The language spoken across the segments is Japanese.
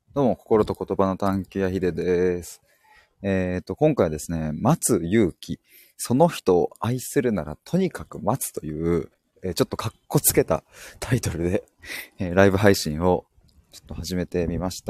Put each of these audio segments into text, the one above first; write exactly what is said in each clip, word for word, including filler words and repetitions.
どうも、心と言葉の探求やひでです。えっと、今回はですね、待つ勇気、その人を愛するならとにかく待つという、えーちょっとかっこつけたタイトルで、えーライブ配信をちょっと始めてみました。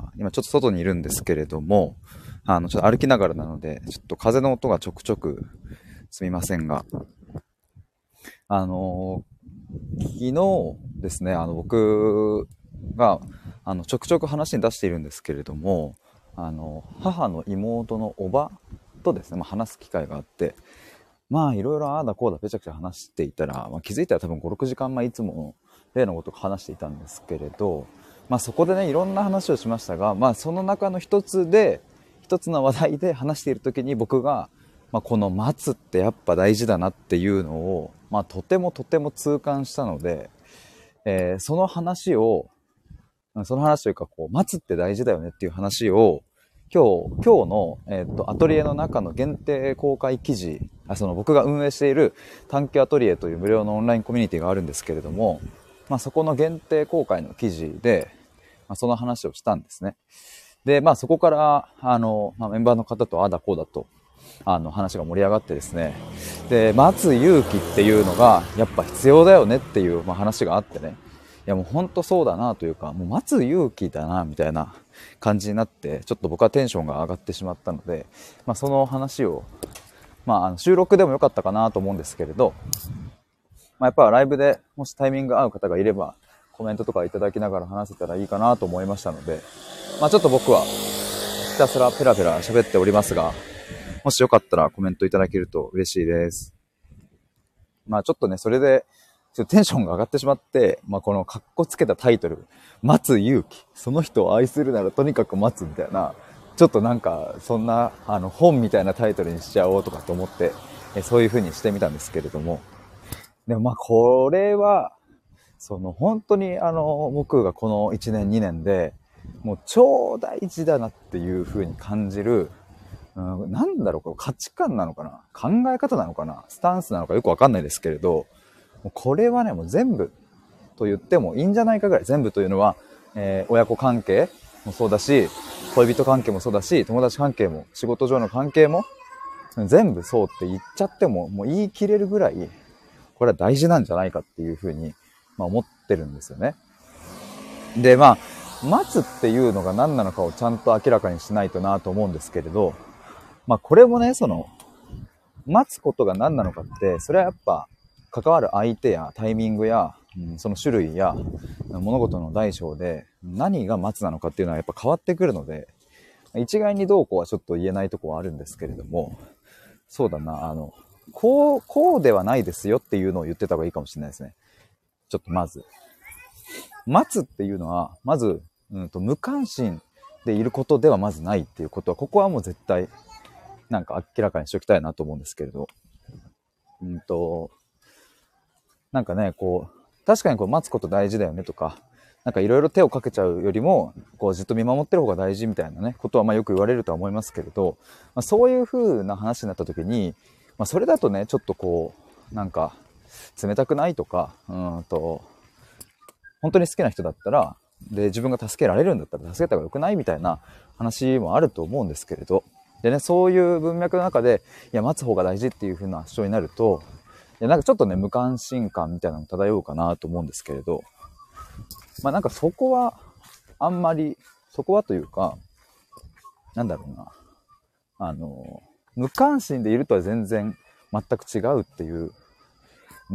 今ちょっと外にいるんですけれども、あの、ちょっと歩きながらなので、ちょっと風の音がちょくちょくすみませんが、あのー昨日ですね、あの、僕が、あの、ちょくちょく話に出しているんですけれども、あの、母の妹のおばとですね、まあ、話す機会があって、まあ、いろいろああだこうだぺちゃくちゃ話していたら、まあ、気づいたら多分ご、ろくじかんまえいつもの例のことを話していたんですけれど、まあ、そこでね、いろんな話をしましたが、まあ、その中の一つで、一つの話題で話している時に僕が、まあ、この待つってやっぱ大事だなっていうのを、まあ、とてもとても痛感したので、えーその話を、その話というか、こう、待つって大事だよねっていう話を、今日、今日の、えっと、アトリエの中の限定公開記事、あ、その僕が運営している探求アトリエという無料のオンラインコミュニティがあるんですけれども、まあそこの限定公開の記事で、まあ、その話をしたんですね。で、まあそこから、あの、まあ、メンバーの方とああだこうだと、あの話が盛り上がってですね。で、待つ勇気っていうのがやっぱ必要だよねっていう、まあ、話があってね。いやもうほんとそうだなというか、もう待つ勇気だなみたいな感じになって、ちょっと僕はテンションが上がってしまったので、まあその話を、まああの収録でもよかったかなと思うんですけれど、まあやっぱライブでもしタイミング合う方がいれば、コメントとかいただきながら話せたらいいかなと思いましたので、まあちょっと僕はひたすらペラペラ喋っておりますが、もしよかったらコメントいただけると嬉しいです。まあちょっとね、それで、ちょっとテンションが上がってしまって、まあこのカッコつけたタイトル、待つ勇気、その人を愛するならとにかく待つみたいな、ちょっとなんか、そんな、あの、本みたいなタイトルにしちゃおうとかと思って、えそういう風にしてみたんですけれども。でもまあこれは、その本当にあの、僕がこのいちねんにねんで、もう超大事だなっていう風に感じる、うん、なんだろう、これ価値観なのかな、考え方なのかな、スタンスなのかよくわかんないですけれど、もうこれはね、もう全部と言ってもいいんじゃないかぐらい、全部というのは、えー親子関係もそうだし、恋人関係もそうだし、友達関係も、仕事上の関係も、全部そうって言っちゃっても、もう言い切れるぐらい、これは大事なんじゃないかっていうふうに、まあ、思ってるんですよね。で、まあ、待つっていうのが何なのかをちゃんと明らかにしないとなと思うんですけれど、まあ、これもね、その、待つことが何なのかって、それはやっぱ関わる相手やタイミングや、うん、その種類や物事の大小で何が待つなのかっていうのはやっぱ変わってくるので、一概にどうこうはちょっと言えないところはあるんですけれども、そうだな、あの、こう、こうではないですよっていうのを言ってた方がいいかもしれないですね。ちょっとまず。待つっていうのは、まず、うんと、無関心でいることではまずないっていうことは、ここはもう絶対、なんか明らかにしておきたいなと思うんですけれど、うんと、なんかね、こう、確かにこう待つこと大事だよねとか、なんかいろいろ手をかけちゃうよりも、こうじっと見守ってる方が大事みたいなね、ことはまあよく言われるとは思いますけれど、まあ、そういう風な話になった時に、まあそれだとね、ちょっとこう、なんか、冷たくないとか、うんと、本当に好きな人だったら、で、自分が助けられるんだったら助けた方が良くないみたいな話もあると思うんですけれど、でね、そういう文脈の中で、いや、待つ方が大事っていう風な主張になると、いや、なんかちょっとね、無関心感みたいなの漂うかなと思うんですけれど、まあなんかそこは、あんまり、そこはというか、なんだろうな、あの、無関心でいるとは全然全く違うっていう、うん、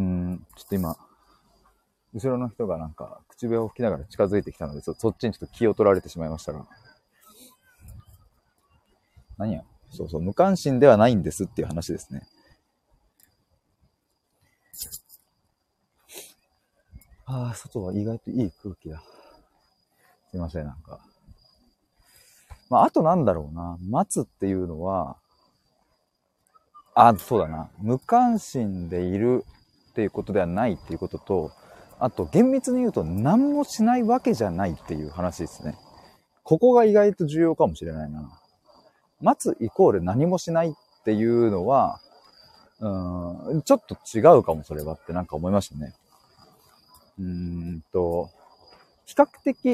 ちょっと今、後ろの人がなんか口笛を吹きながら近づいてきたので、そそっちにちょっと気を取られてしまいましたが、何や、そうそう、無関心ではないんですっていう話ですね。ああ、外は意外といい空気だ。すいません、なんか。まあ、あとなんだろうな。待つっていうのは、あ、そうだな。無関心でいるっていうことではないっていうことと、あと厳密に言うと何もしないわけじゃないっていう話ですね。ここが意外と重要かもしれないな。待つイコール何もしないっていうのは、うーん、ちょっと違うかもそれはってなんか思いましたね。うーんと、比較的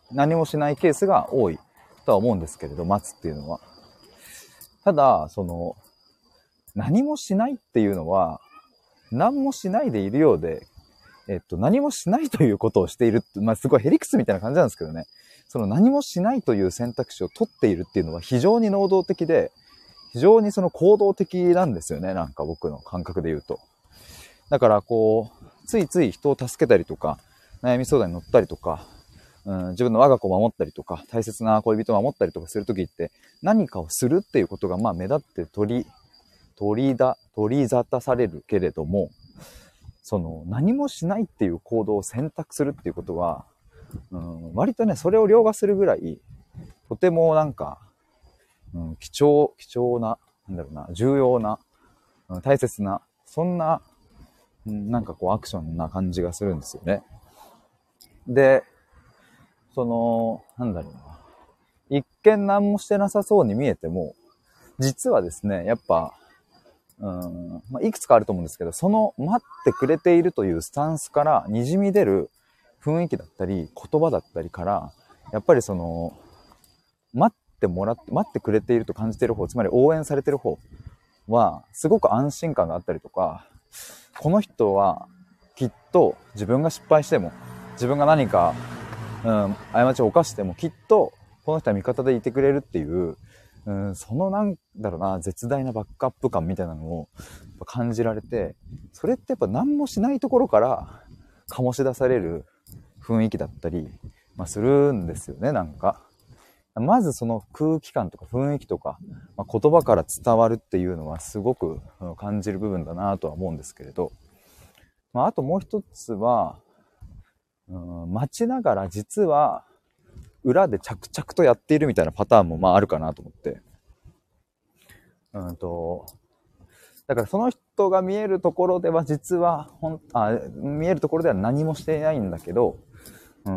何もしないケースが多いとは思うんですけれど、待つっていうのは。ただ、その、何もしないっていうのは、何もしないでいるようで、えっと、何もしないということをしているって、まあ、すごいヘリクスみたいな感じなんですけどね。その何もしないという選択肢を取っているっていうのは非常に能動的で、非常にその行動的なんですよね。なんか僕の感覚で言うと。だからこう、ついつい人を助けたりとか、悩み相談に乗ったりとか、うん、自分の我が子を守ったりとか、大切な恋人を守ったりとかするときって、何かをするっていうことがまあ目立って取り、取りだ、取り沙汰されるけれども、その何もしないっていう行動を選択するっていうことは、うん、割とね、それを凌駕するぐらい、とてもなんか、うん、貴重、貴重な、なんだろうな、重要な、うん、大切な、そんな、うん、なんかこうアクションな感じがするんですよね。で、その、なんだろうな、一見何もしてなさそうに見えても、実はですね、やっぱ、うんまあ、いくつかあると思うんですけど、その待ってくれているというスタンスから滲み出る雰囲気だったり、言葉だったりから、やっぱりその、待ってもらって、待ってくれていると感じている方、つまり応援されている方は、すごく安心感があったりとか、この人はきっと自分が失敗しても、自分が何か、うん、過ちを犯しても、きっとこの人は味方でいてくれるっていう、うん、そのなんだろうな、絶大なバックアップ感みたいなのを感じられて、それってやっぱ何もしないところから醸し出される雰囲気だったり、まあ、するんですよね、なんか。まずその空気感とか雰囲気とか、まあ、言葉から伝わるっていうのはすごく感じる部分だなとは思うんですけれど、まあ、あともう一つは、うん、待ちながら実は裏で着々とやっているみたいなパターンもまああるかなと思って。うんと、だからその人が見えるところでは実はほんあ、見えるところでは何もしていないんだけど、うん、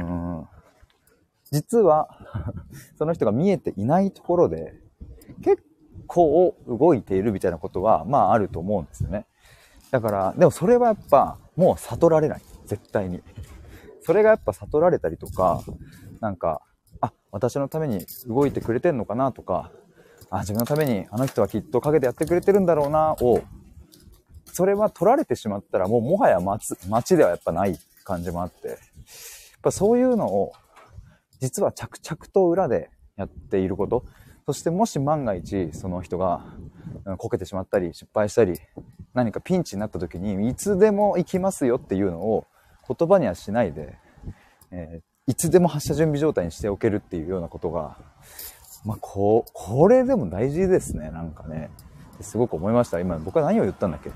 実はその人が見えていないところで結構動いているみたいなことはまああると思うんですよね。だから、でもそれはやっぱもう悟られない。絶対に。それがやっぱ悟られたりとか、なんか、あ、私のために動いてくれてんのかなとか、あ、自分のためにあの人はきっと陰でやってくれてるんだろうなを、それは取られてしまったらもうもはや待つ、待ちではやっぱない感じもあって、やっぱそういうのを実は着々と裏でやっていること、そしてもし万が一その人がこけてしまったり失敗したり何かピンチになった時にいつでも行きますよっていうのを言葉にはしないで、えー、いつでも発射準備状態にしておけるっていうようなことが、まあ、こう、これでも大事ですね。なんかね、すごく思いました。今僕は何を言ったんだっけ。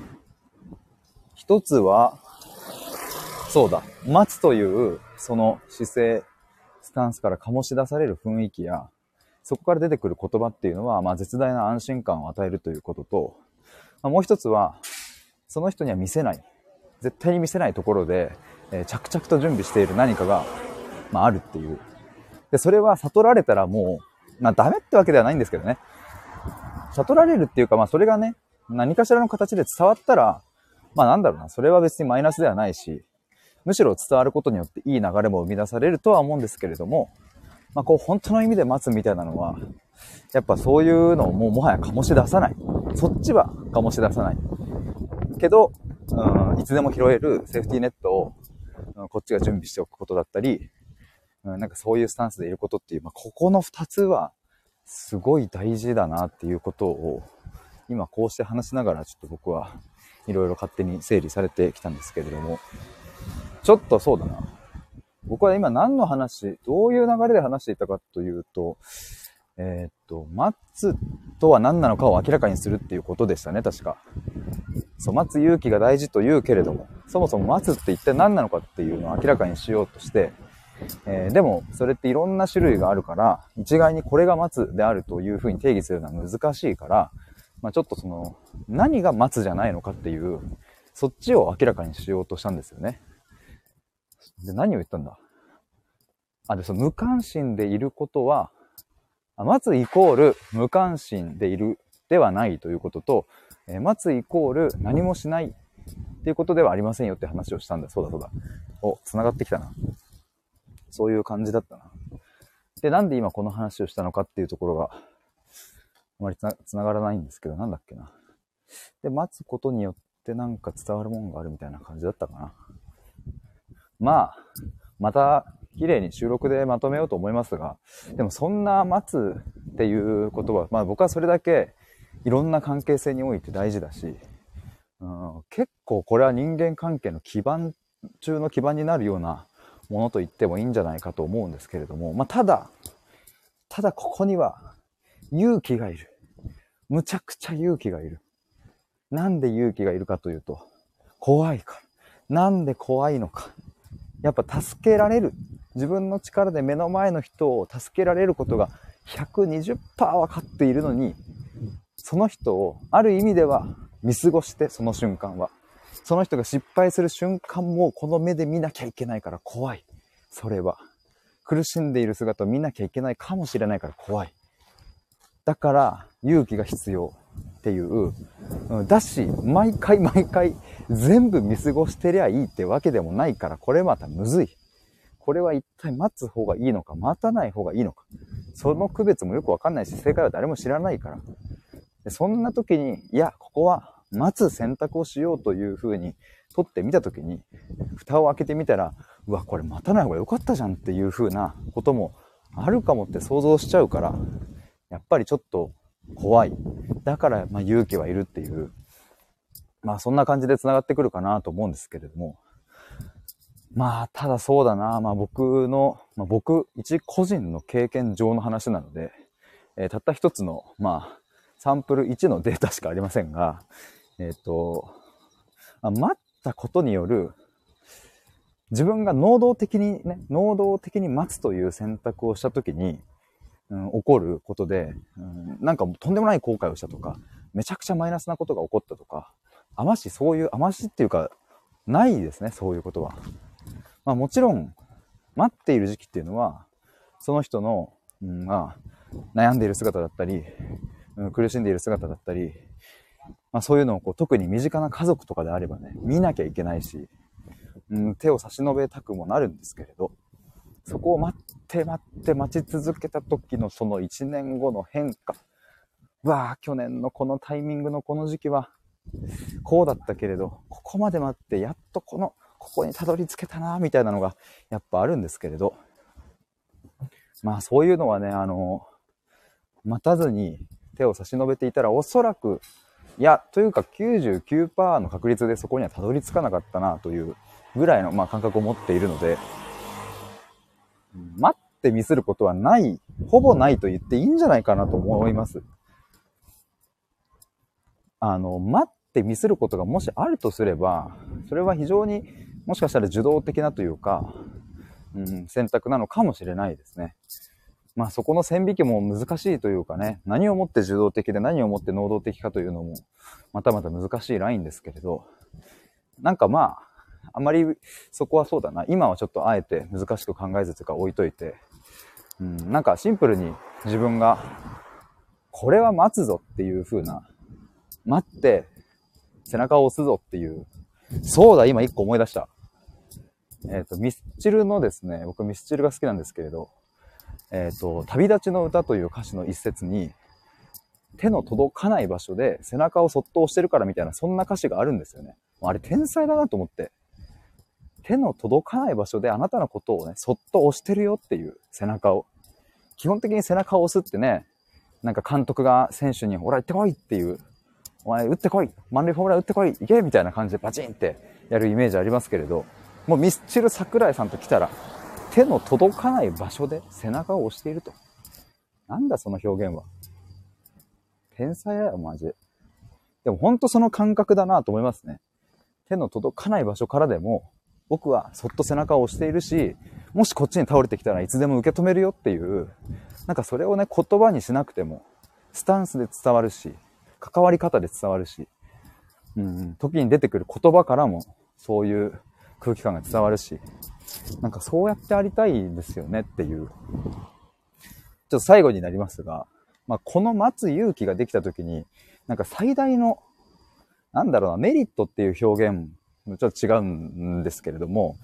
一つは、そうだ、待つというその姿勢、スタンスから醸し出される雰囲気や、そこから出てくる言葉っていうのは、まあ、絶大な安心感を与えるということと、まあ、もう一つは、その人には見せない、絶対に見せないところで、えー、着々と準備している何かが、まあ、あるっていう。で、それは悟られたらもう、まあ、ダメってわけではないんですけどね。悟られるっていうか、まあ、それがね、何かしらの形で伝わったら、まあ、なんだろうな、それは別にマイナスではないし、むしろ伝わることによっていい流れも生み出されるとは思うんですけれども、まあ、こう本当の意味で待つみたいなのは、やっぱそういうのをもうもはや醸し出さない。そっちは醸し出さない。けど、うん、いつでも拾えるセーフティーネットを、うん、こっちが準備しておくことだったり、うん、なんかそういうスタンスでいることっていう、まあ、ここの二つはすごい大事だなっていうことを、今こうして話しながらちょっと僕はいろいろ勝手に整理されてきたんですけれども、ちょっとそうだな。僕は今何の話、どういう流れで話していたかというと、えー、っと、待つとは何なのかを明らかにするっていうことでしたね、確か。そう、待つ勇気が大事と言うけれども、そもそも待つって一体何なのかっていうのを明らかにしようとして、えー、でもそれっていろんな種類があるから、一概にこれが待つであるというふうに定義するのは難しいから、まあ、ちょっとその、何が待つじゃないのかっていう、そっちを明らかにしようとしたんですよね。で、何を言ったんだあ、で、その無関心でいることは、待つイコール無関心でいるではないということと、えー、待つイコール何もしないっていうことではありませんよって話をしたんだ。そうだそうだ。お、繋がってきたな。そういう感じだったな。 で、なんで今この話をしたのかっていうところが、あまりつな、つながらないんですけど、なんだっけな。で、待つことによってなんか伝わるもんがあるみたいな感じだったかな。まあ、また、綺麗に収録でまとめようと思いますが、でもそんな待つっていうことは、まあ僕はそれだけいろんな関係性において大事だし、うん、結構これは人間関係の基盤中の基盤になるようなものと言ってもいいんじゃないかと思うんですけれども、まあただ、ただここには勇気がいる。むちゃくちゃ勇気がいる。なんで勇気がいるかというと、怖いから。なんで怖いのか。やっぱ助けられる。自分の力で目の前の人を助けられることが ひゃくにじゅっパーセント 分かっているのに、その人をある意味では見過ごして、その瞬間は。その人が失敗する瞬間もこの目で見なきゃいけないから怖い。それは。苦しんでいる姿を見なきゃいけないかもしれないから怖い。だから勇気が必要っていう、だし、毎回毎回全部見過ごしてりゃいいってわけでもないから、これまたむずい。これは一体待つ方がいいのか、待たない方がいいのか。その区別もよくわかんないし、正解は誰も知らないから。でそんな時に、いや、ここは待つ選択をしようという風に取ってみた時に、蓋を開けてみたら、うわ、これ待たない方がよかったじゃんっていう風なこともあるかもって想像しちゃうから、やっぱりちょっと怖い。だから、まあ、勇気はいるっていう、まあそんな感じで繋がってくるかなと思うんですけれども、まあただそうだな、まあ僕の、まあ、僕一個人の経験上の話なので、えー、たった一つのまあサンプルいちのデータしかありませんが、えっと、まあ、待ったことによる自分が能動的にね、能動的に待つという選択をしたときに、うん、起こることで、うん、なんかとんでもない後悔をしたとか、めちゃくちゃマイナスなことが起こったとか、あましそういう、あましっていうか、ないですね、そういうことは。まあもちろん、待っている時期っていうのは、その人の、うん、まあ、悩んでいる姿だったり、うん、苦しんでいる姿だったり、まあそういうのをこう特に身近な家族とかであればね、見なきゃいけないし、うん、手を差し伸べたくもなるんですけれど、そこを待って待って待ち続けた時のそのいちねんごの変化。わあ、去年のこのタイミングのこの時期は、こうだったけれど、ここまで待って、やっとこの、ここにたどり着けたな、みたいなのが、やっぱあるんですけれど、まあそういうのはね、あの、待たずに手を差し伸べていたら、おそらく、いや、というか きゅうじゅうきゅうパーセント の確率でそこにはたどり着かなかったな、というぐらいの、まあ、感覚を持っているので、待ってミスることはない、ほぼないと言っていいんじゃないかなと思います。あの、待ってミスることがもしあるとすれば、それは非常にもしかしたら受動的なというか、うん、選択なのかもしれないですね。まあそこの線引きも難しいというかね、何をもって受動的で何をもって能動的かというのもまたまた難しいラインですけれど、なんかまあ、あまりそこはそうだな、今はちょっとあえて難しく考えずというか置いといて、うん、なんかシンプルに自分がこれは待つぞっていう風な、待って背中を押すぞっていう、そうだ、今一個思い出した。えっと、ミスチルのですね、僕ミスチルが好きなんですけれど、えっと、旅立ちの歌という歌詞の一節に、手の届かない場所で背中をそっと押してるからみたいな、そんな歌詞があるんですよね。あれ天才だなと思って。手の届かない場所であなたのことをね、そっと押してるよっていう背中を。基本的に背中を押すってね、なんか監督が選手に、ほら行ってこいっていう、お前打ってこい、満塁ホームラン打ってこい、行けみたいな感じでバチンってやるイメージありますけれど、もうミスチル桜井さんと来たら、手の届かない場所で背中を押していると。なんだその表現は。天才だよ、マジで。でも本当その感覚だなと思いますね。手の届かない場所からでも、僕はそっと背中を押しているし、もしこっちに倒れてきたらいつでも受け止めるよっていう、なんかそれをね、言葉にしなくても、スタンスで伝わるし、関わり方で伝わるし、うん、時に出てくる言葉からもそういう空気感が伝わるし、なんかそうやってありたいですよねっていう。ちょっと最後になりますが、まあ、この待つ勇気ができた時に、なんか最大の、なんだろうな、メリットっていう表現、ちょっと違うんですけれども、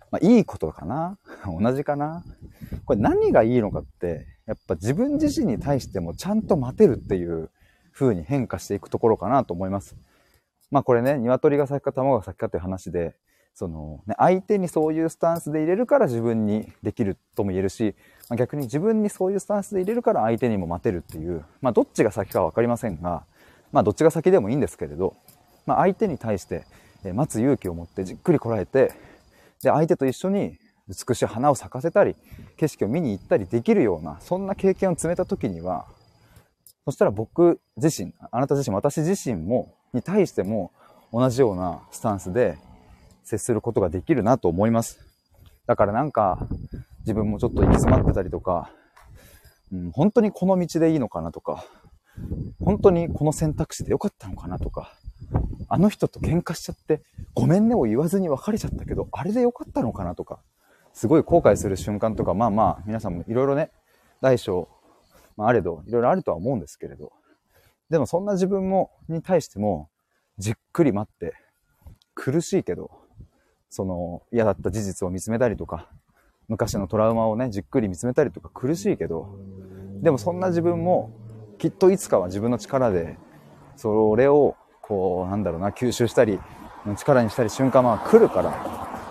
まあ、いいことかな同じかな。これ何がいいのかって、やっぱ自分自身に対してもちゃんと待てるっていう風に変化していくところかなと思います。まあこれね、鶏が先か卵が先かっていう話で、そのね、相手にそういうスタンスで入れるから自分にできるとも言えるし、まあ、逆に自分にそういうスタンスで入れるから相手にも待てるっていう、まあどっちが先かはわかりませんが、まあどっちが先でもいいんですけれど、まあ相手に対して待つ勇気を持ってじっくりこらえて、で相手と一緒に美しい花を咲かせたり、景色を見に行ったりできるような、そんな経験を積めた時には、そしたら僕自身、あなた自身、私自身も、に対しても同じようなスタンスで接することができるなと思います。だからなんか、自分もちょっと行き詰まってたりとか、うん、本当にこの道でいいのかなとか、本当にこの選択肢でよかったのかなとか、あの人と喧嘩しちゃって、ごめんねを言わずに別れちゃったけど、あれでよかったのかなとか、すごい後悔する瞬間とか、まあまあ、皆さんもいろいろね、大小、まあ、あれど、いろいろあるとは思うんですけれど、でもそんな自分も、に対しても、じっくり待って、苦しいけど、その嫌だった事実を見つめたりとか、昔のトラウマをね、じっくり見つめたりとか苦しいけど、でもそんな自分も、きっといつかは自分の力で、それを、こう、なんだろうな、吸収したり、力にしたり瞬間は来るから、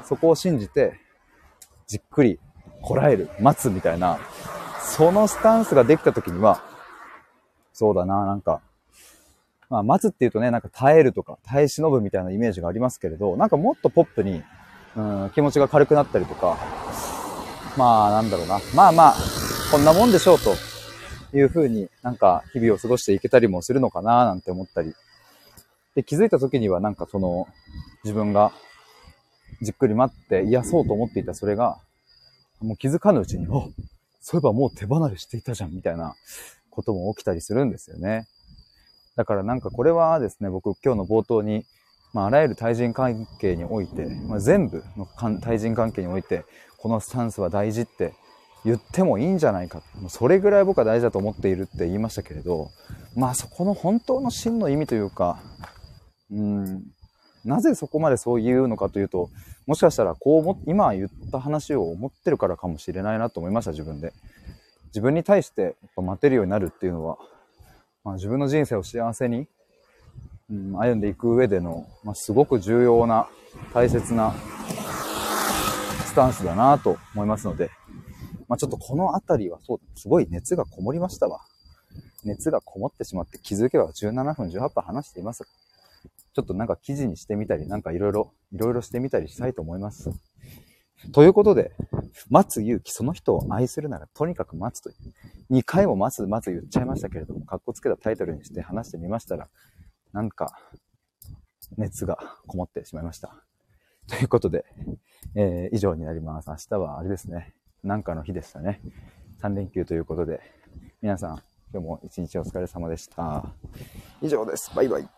そこを信じて、じっくりこらえる、待つみたいな、そのスタンスができた時には、そうだな、なんか、まあ待つっていうとね、なんか耐えるとか、耐え忍ぶみたいなイメージがありますけれど、なんかもっとポップに、うん、気持ちが軽くなったりとか、まあなんだろうな、まあまあ、こんなもんでしょうという風になんか日々を過ごしていけたりもするのかななんて思ったり、で気づいた時にはなんかその自分がじっくり待って癒そうと思っていたそれが、もう気づかぬうちに、あ、そういえばもう手離れしていたじゃんみたいなことも起きたりするんですよね。だからなんかこれはですね、僕今日の冒頭に、まあ、あらゆる対人関係において、まあ、全部の対人関係において、このスタンスは大事って言ってもいいんじゃないか。それぐらい僕は大事だと思っているって言いましたけれど、まあそこの本当の真の意味というか、うーん、なぜそこまでそう言うのかというと、もしかしたらこうも、今言った話を思ってるからかもしれないなと思いました、自分で。自分に対してやっぱ待てるようになるっていうのは、まあ、自分の人生を幸せに、うん、歩んでいく上での、まあ、すごく重要な大切なスタンスだなと思いますので、まあ、ちょっとこのあたりはそうすごい熱がこもりましたわ。熱がこもってしまって気づけばじゅうななふんじゅうはっぷん話しています。ちょっとなんか記事にしてみたり、なんかいろいろいろいろしてみたりしたいと思います。ということで、待つ勇気、その人を愛するならとにかく待つという。にかいも待つ待つ言っちゃいましたけれども、かっこつけたタイトルにして話してみましたら、なんか熱がこもってしまいました。ということで、えー、以上になります。明日はあれですね、なんかの日でしたね。さん連休ということで、皆さん今日も一日お疲れ様でした。以上です。バイバイ。